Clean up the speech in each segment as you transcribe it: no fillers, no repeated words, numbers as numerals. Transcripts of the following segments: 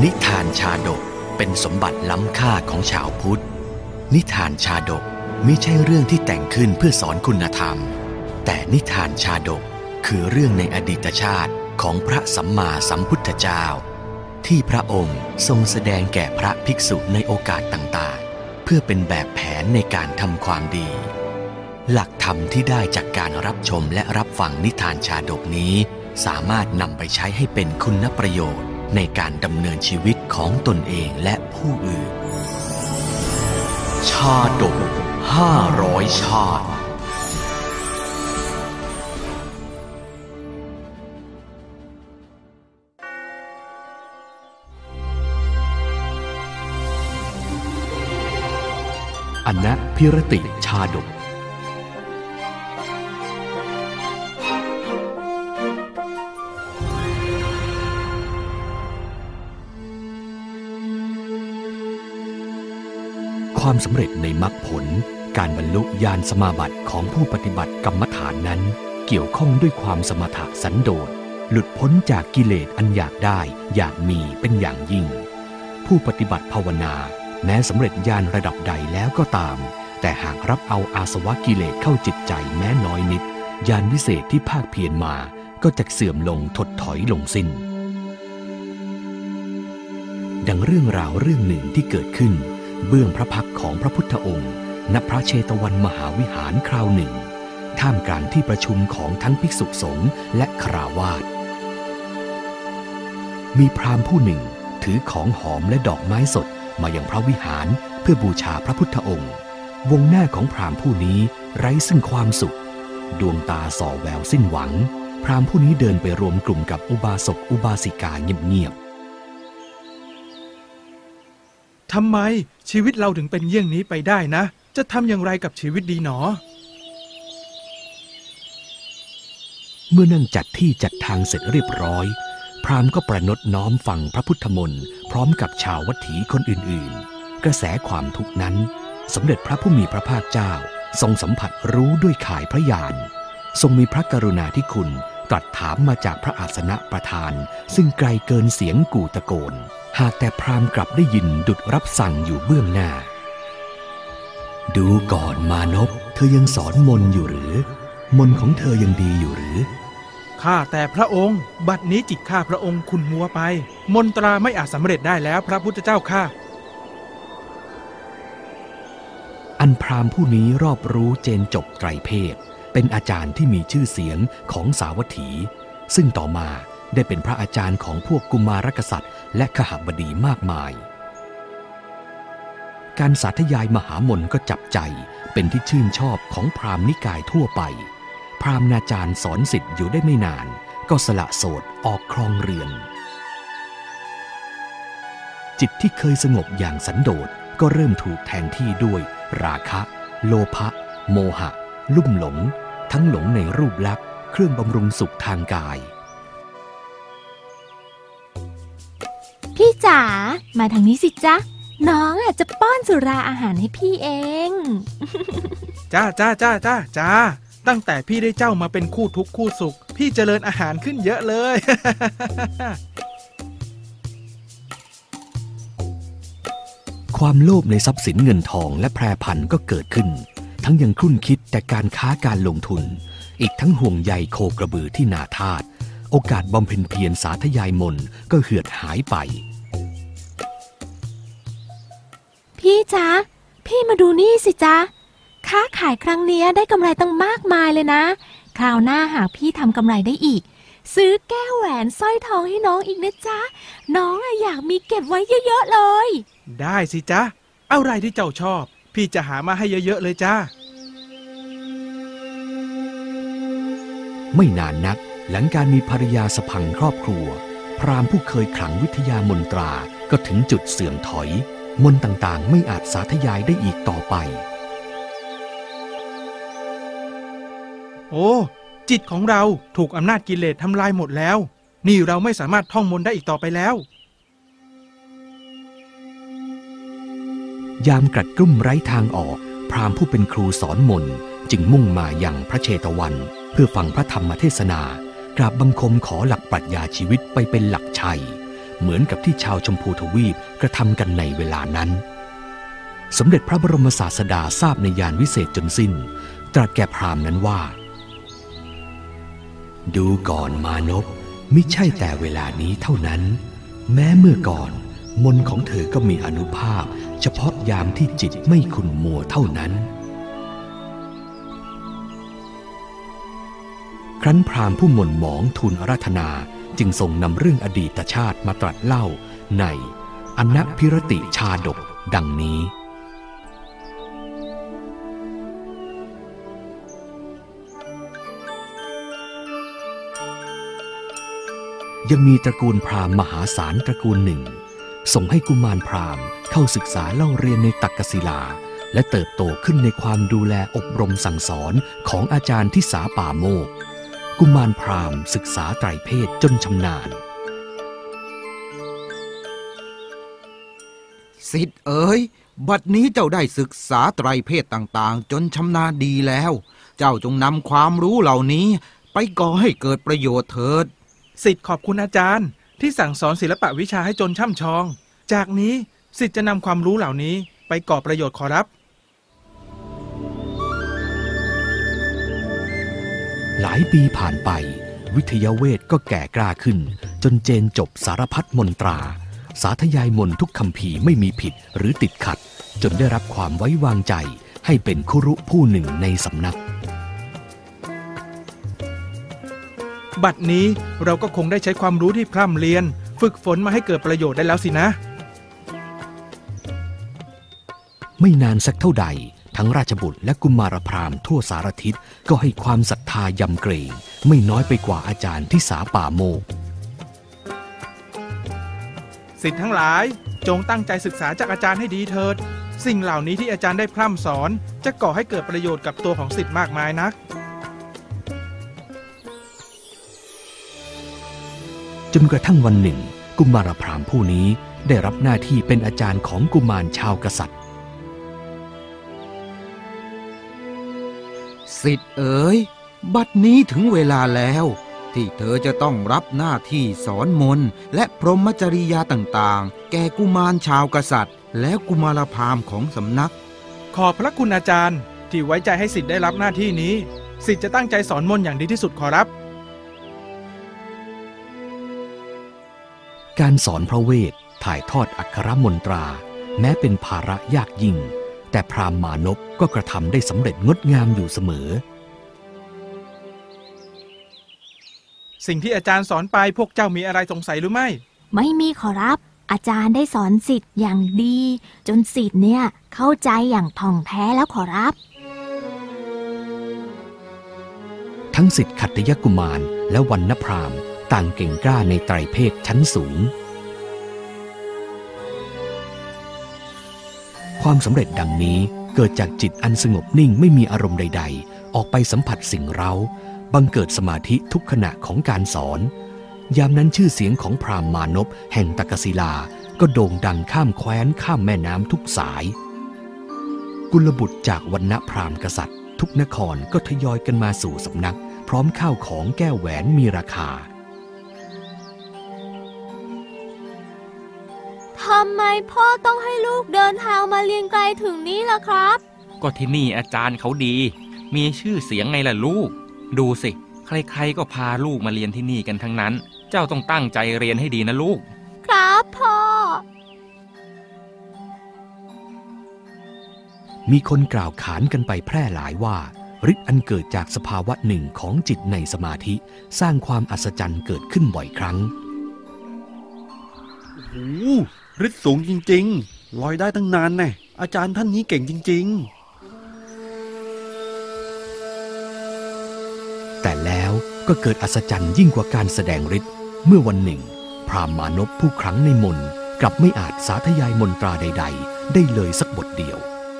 นิทานชาดกเป็นสมบัติล้ำค่าของชาวพุทธนิทานชาดกมิใช่เรื่องที่แต่งขึ้นเพื่อสอนคุณธรรมแต่นิทานชาดกคือเรื่องในอดีตชาติของพระสัมมาสัมพุทธเจ้าที่พระองค์ทรงแสดงแก่พระภิกษุในโอกาสต่างๆเพื่อเป็นแบบแผนในการทำความดีหลักธรรมที่ได้จากการรับชมและรับฟังนิทานชาดกนี้สามารถนำไปใช้ให้เป็นคุณประโยชน์ในการดำเนินชีวิตของตนเองและผู้อื่นชาดก500 ชาติอนะพิรติชาดกความสำเร็จในมรรคผลการบรรลุญาณสมาบัติของผู้ปฏิบัติกรรมฐานนั้นเกี่ยวข้องด้วยความสมถะสันโดษหลุดพ้นจากกิเลสอันอยากได้อยากมีเป็นอย่างยิ่งผู้ปฏิบัติภาวนาแม้สำเร็จญาณระดับใดแล้วก็ตามแต่หากรับเอาอาสวะกิเลสเข้าจิตใจแม้น้อยนิดญาณวิเศษที่ภาคเพียรมาก็จะเสื่อมลงถดถอยลงสิ้นดังเรื่องราวเรื่องหนึ่งที่เกิดขึ้นเบื้องพระพักตร์ของพระพุทธองค์ณพระเชตวันมหาวิหารคราวหนึ่งท่ามกลางที่ประชุมของทั้งภิกษุสงฆ์และฆราวาสมีพราหมณ์ผู้หนึ่งถือของหอมและดอกไม้สดมายังพระวิหารเพื่อบูชาพระพุทธองค์วงหน้าของพราหมณ์ผู้นี้ไร้ซึ่งความสุขดวงตาส่อแววสิ้นหวังพราหมณ์ผู้นี้เดินไปรวมกลุ่มกับอุบาสกอุบาสิกาเงียบทำไมชีวิตเราถึงเป็นเยี่ยงนี้ไปได้นะจะทำอย่างไรกับชีวิตดีหนอเมื่อนั่งจัดที่จัดทางเสร็จเรียบร้อยพราหมณ์ก็ประณตน้อมฟังพระพุทธมนต์พร้อมกับชาววัตถีคนอื่นๆกระแสความทุกข์นั้นสมเด็จพระผู้มีพระภาคเจ้าทรงสัมผัสรู้ด้วยข่ายพระญาณทรงมีพระกรุณาธิคุณตรัสถามมาจากพระอาสนะประธานซึ่งไกลเกินเสียงกู่ตะโกนหากแต่พราหมณ์กลับได้ยินดุจรับสั่งอยู่เบื้องหน้าดูก่อนมานพเธอยังสอนมนต์อยู่หรือมนต์ของเธอยังดีอยู่หรือข้าแต่พระองค์บัดนี้จิตข้าพระองค์ขุ่นมัวไปมนตราไม่อาจสำเร็จได้แล้วพระพุทธเจ้าข้าอันพราหมณ์ผู้นี้รอบรู้เจนจบไตรเพศเป็นอาจารย์ที่มีชื่อเสียงของสาวัตถีซึ่งต่อมาได้เป็นพระอาจารย์ของพวกกุมารกษัตริย์และขหบดีมากมายการสาธยายมหามนต์ก็จับใจเป็นที่ชื่นชอบของพราหมณ์นิกายทั่วไปพราหมณาจารย์สอนศิษย์อยู่ได้ไม่นานก็สละโสดออกครองเรือนจิตที่เคยสงบอย่างสันโดษก็เริ่มถูกแทนที่ด้วยราคะโลภะโมหะลุ่มหลงทั้งหลงในรูปลักษณ์เครื่องบำรุงสุขทางกายพี่จ๋ามาทางนี้สิจ๊ะน้องจะป้อนสุราอาหารให้พี่เองจ้าตั้งแต่พี่ได้เจ้ามาเป็นคู่ทุกข์คู่สุขพี่เจริญอาหารขึ้นเยอะเลยความโลภในทรัพย์สินเงินทองและแพร่พันธุ์ก็เกิดขึ้นทั้งยังครุ่นคิดแต่การค้าการลงทุนอีกทั้งห่วงใยโคกระบือที่นาทาสโอกาสบำเพ็ญเพียรสาธยายมนต์ก็เหือดหายไปพี่จ๊ะพี่มาดูนี่สิจ๊ะค้าขายครั้งนี้ได้กำไรตั้งมากมายเลยนะคราวหน้าหากพี่ทำกำไรได้อีกซื้อแก้วแหวนสร้อยทองให้น้องอีกนะจ๊ะน้องอยากมีเก็บไว้เยอะๆเลยได้สิจ๊ะอะไรที่เจ้าชอบพี่จะหามาให้เยอะๆเลยจ้าไม่นานนักหลังการมีภรรยาสะพังครอบครัวพราหมณ์ผู้เคยขลังวิทยามนตราก็ถึงจุดเสื่อมถอยมนต์ต่างๆไม่อาจสาธยายได้อีกต่อไปโอ้จิตของเราถูกอำนาจกิเลสทำลายหมดแล้วนี่เราไม่สามารถท่องมนต์ได้อีกต่อไปแล้วยามกัดกลุ้มไร้ทางออกพราหมณ์ผู้เป็นครูสอนมนต์จึงมุ่งมายังพระเชตวันเพื่อฟังพระธรรมเทศนากราบบังคมขอหลักปรัชญาชีวิตไปเป็นหลักชัยเหมือนกับที่ชาวชมพูทวีปกระทำกันในเวลานั้นสมเด็จพระบรมศาสดาทราบในญาณวิเศษจนสิ้นตรัสแก่พราหมณ์นั้นว่าดูก่อนมานพมิใช่แต่เวลานี้เท่านั้นแม้เมื่อก่อนมนต์ของเธอก็มีอานุภาพเฉพาะยามที่จิตไม่ขุ่นมัวเท่านั้นครั้นพราหมณ์ผู้หม่นหมองทูลอาราธนาจึงทรงนำเรื่องอดีตชาติมาตรัสเล่าในอนัพิรติชาดกดังนี้ยังมีตระกูลพราหมณ์มหาศาลตระกูลหนึ่งส่งให้กุมารพราหมณ์เข้าศึกษาเล่าเรียนในตักกศิลาและเติบโตขึ้นในความดูแลอบรมสั่งสอนของอาจารย์ที่สาป่าโมกกุมารพราหมณ์ศึกษาไตรเพศจนชำนาญศิษย์เอ๋ยบัดนี้เจ้าได้ศึกษาไตรเพศต่างๆจนชำนาญดีแล้วเจ้าจงนำความรู้เหล่านี้ไปก่อให้เกิดประโยชน์เถิดศิษย์ขอบคุณอาจารย์ที่สั่งสอนศิลปะวิชาให้จนช่ำชองจากนี้ศิษย์จะนำความรู้เหล่านี้ไปก่อประโยชน์ขอรับหลายปีผ่านไปวิทยาเวทก็แก่กล้าขึ้นจนเจนจบสารพัดมนตราสาธยายมนต์ทุกคัมภีร์ไม่มีผิดหรือติดขัดจนได้รับความไว้วางใจให้เป็นคุรุผู้หนึ่งในสำนักบัดนี้เราก็คงได้ใช้ความรู้ที่พร่ำเรียนฝึกฝนมาให้เกิดประโยชน์ได้แล้วสินะไม่นานสักเท่าใดทั้งราชบุตรและกุมารพราหมณ์ทั่วสารทิศก็ให้ความศรัทธายำเกรงไม่น้อยไปกว่าอาจารย์ที่สาป่าโมกศิษย์ทั้งหลายจงตั้งใจศึกษาจากอาจารย์ให้ดีเถิดสิ่งเหล่านี้ที่อาจารย์ได้พร่ำสอนจะก่อให้เกิดประโยชน์กับตัวของศิษย์มากมายนักจนกระทั่งวันหนึ่งกุมารพราหมณ์ผู้นี้ได้รับหน้าที่เป็นอาจารย์ของกุมารชาวกษัตริย์ศิษย์เอ๋ยบัดนี้ถึงเวลาแล้วที่เธอจะต้องรับหน้าที่สอนมนต์และพรหมจริยาต่างๆแก่กุมารชาวกษัตริย์และกุมารพราหมณ์ของสำนักขอบพระคุณอาจารย์ที่ไว้ใจให้ศิษย์ได้รับหน้าที่นี้ศิษย์จะตั้งใจสอนมนต์อย่างดีที่สุดขอรับการสอนพระเวทถ่ายทอดอักขรมนตราแม้เป็นภาระยากยิ่งแต่พราหมณ์มานพก็กระทำได้สำเร็จงดงามอยู่เสมอสิ่งที่อาจารย์สอนไปพวกเจ้ามีอะไรสงสัยหรือไม่ไม่มีขอรับอาจารย์ได้สอนศิษย์อย่างดีจนศิษย์เนี่ยเข้าใจอย่างท่องแท้แล้วขอรับทั้งศิษย์ขัตติยกุมารและวรรณพราหมณ์ต่างเก่งกล้าในไตรเพศชั้นสูงความสำเร็จดังนี้เกิดจากจิตอันสงบนิ่งไม่มีอารมณ์ใดๆออกไปสัมผัสสิ่งเร้าบังเกิดสมาธิทุกขณะของการสอนยามนั้นชื่อเสียงของพราหมณ์มานพแห่งตักกศิลาก็โด่งดังข้ามแคว้นข้ามแม่น้ำทุกสายกุลบุตรจากวรรณพราหมณ์กษัตริย์ทุกนครก็ทยอยกันมาสู่สำนักพร้อมข้าวของแก้วแหวนมีราคาทำไมพ่อต้องให้ลูกเดินทางมาเรียนไกลถึงนี้ล่ะครับก็ที่นี่อาจารย์เขาดีมีชื่อเสียงไงล่ะลูกดูสิใครๆก็พาลูกมาเรียนที่นี่กันทั้งนั้นเจ้าต้องตั้งใจเรียนให้ดีนะลูกครับพ่อมีคนกล่าวขานกันไปแพร่หลายว่าฤทธิ์อันเกิดจากสภาวะหนึ่งของจิตในสมาธิสร้างความอัศจรรย์เกิดขึ้นบ่อยครั้งโอ้โหฤทธิ์สูงจริงๆลอยได้ตั้งนานแน่อาจารย์ท่านนี้เก่งจริงๆแต่แล้วก็เกิดอัศจรรย์ยิ่งกว่าการแสดงฤทธิ์เมื่อวันหนึ่งพราหมณ์มานพผู้ครั้งในมนต์กลับไม่อาจสาธยายมนตราใดๆได้เลยสักบทเดียว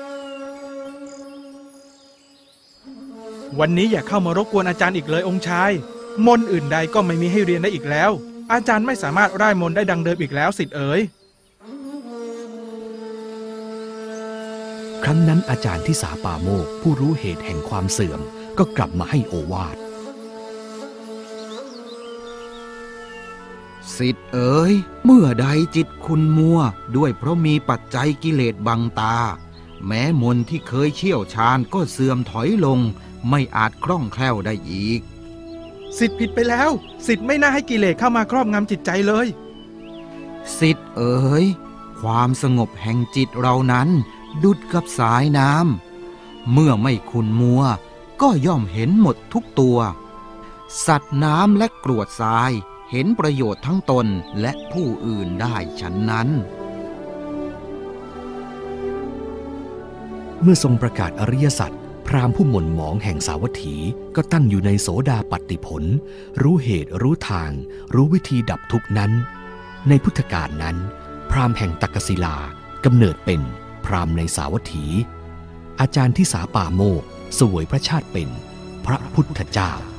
วันนี้อย่าเข้ามารบกวนอาจารย์อีกเลยองค์ชายมนต์อื่นใดก็ไม่มีให้เรียนได้อีกแล้วอาจารย์ไม่สามารถร่ายมนต์ได้ดังเดิมอีกแล้วศิษย์เอ๋ยครั้งนั้นอาจารย์ที่สาป่าโมกผู้รู้เหตุแห่งความเสื่อมก็กลับมาให้โอวาทสิทธิ์เอ๋ยเมื่อใดจิตคุณมัวด้วยเพราะมีปัจจัยกิเลสบังตาแม้มนต์ที่เคยเชี่ยวชาญก็เสื่อมถอยลงไม่อาจคล่องแคล่วได้อีกสิทธิ์ผิดไปแล้วสิทธิ์ไม่น่าให้กิเลสเข้ามาครอบงำจิตใจเลยสิทธิ์เอ๋ยความสงบแห่งจิตเรานั้นดุจกับสายน้ำเมื่อไม่ขุ่นมัวก็ย่อมเห็นหมดทุกตัวสัตว์น้ำและกรวดทรายเห็นประโยชน์ทั้งตนและผู้อื่นได้ฉะนั้นเมื่อทรงประกาศอริยสัจพราหมณ์ผู้หม่นหมองแห่งสาวัตถีก็ตั้งอยู่ในโสดาปัตติผลรู้เหตุรู้ทางรู้วิธีดับทุกข์นั้นในพุทธกาลนั้นพราหมณ์แห่งตักกศิลากำเนิดเป็นพราหมณ์ในสาวัตถีอาจารย์ที่สาปาโมกข์เสวยพระชาติเป็นพระพุทธเจ้า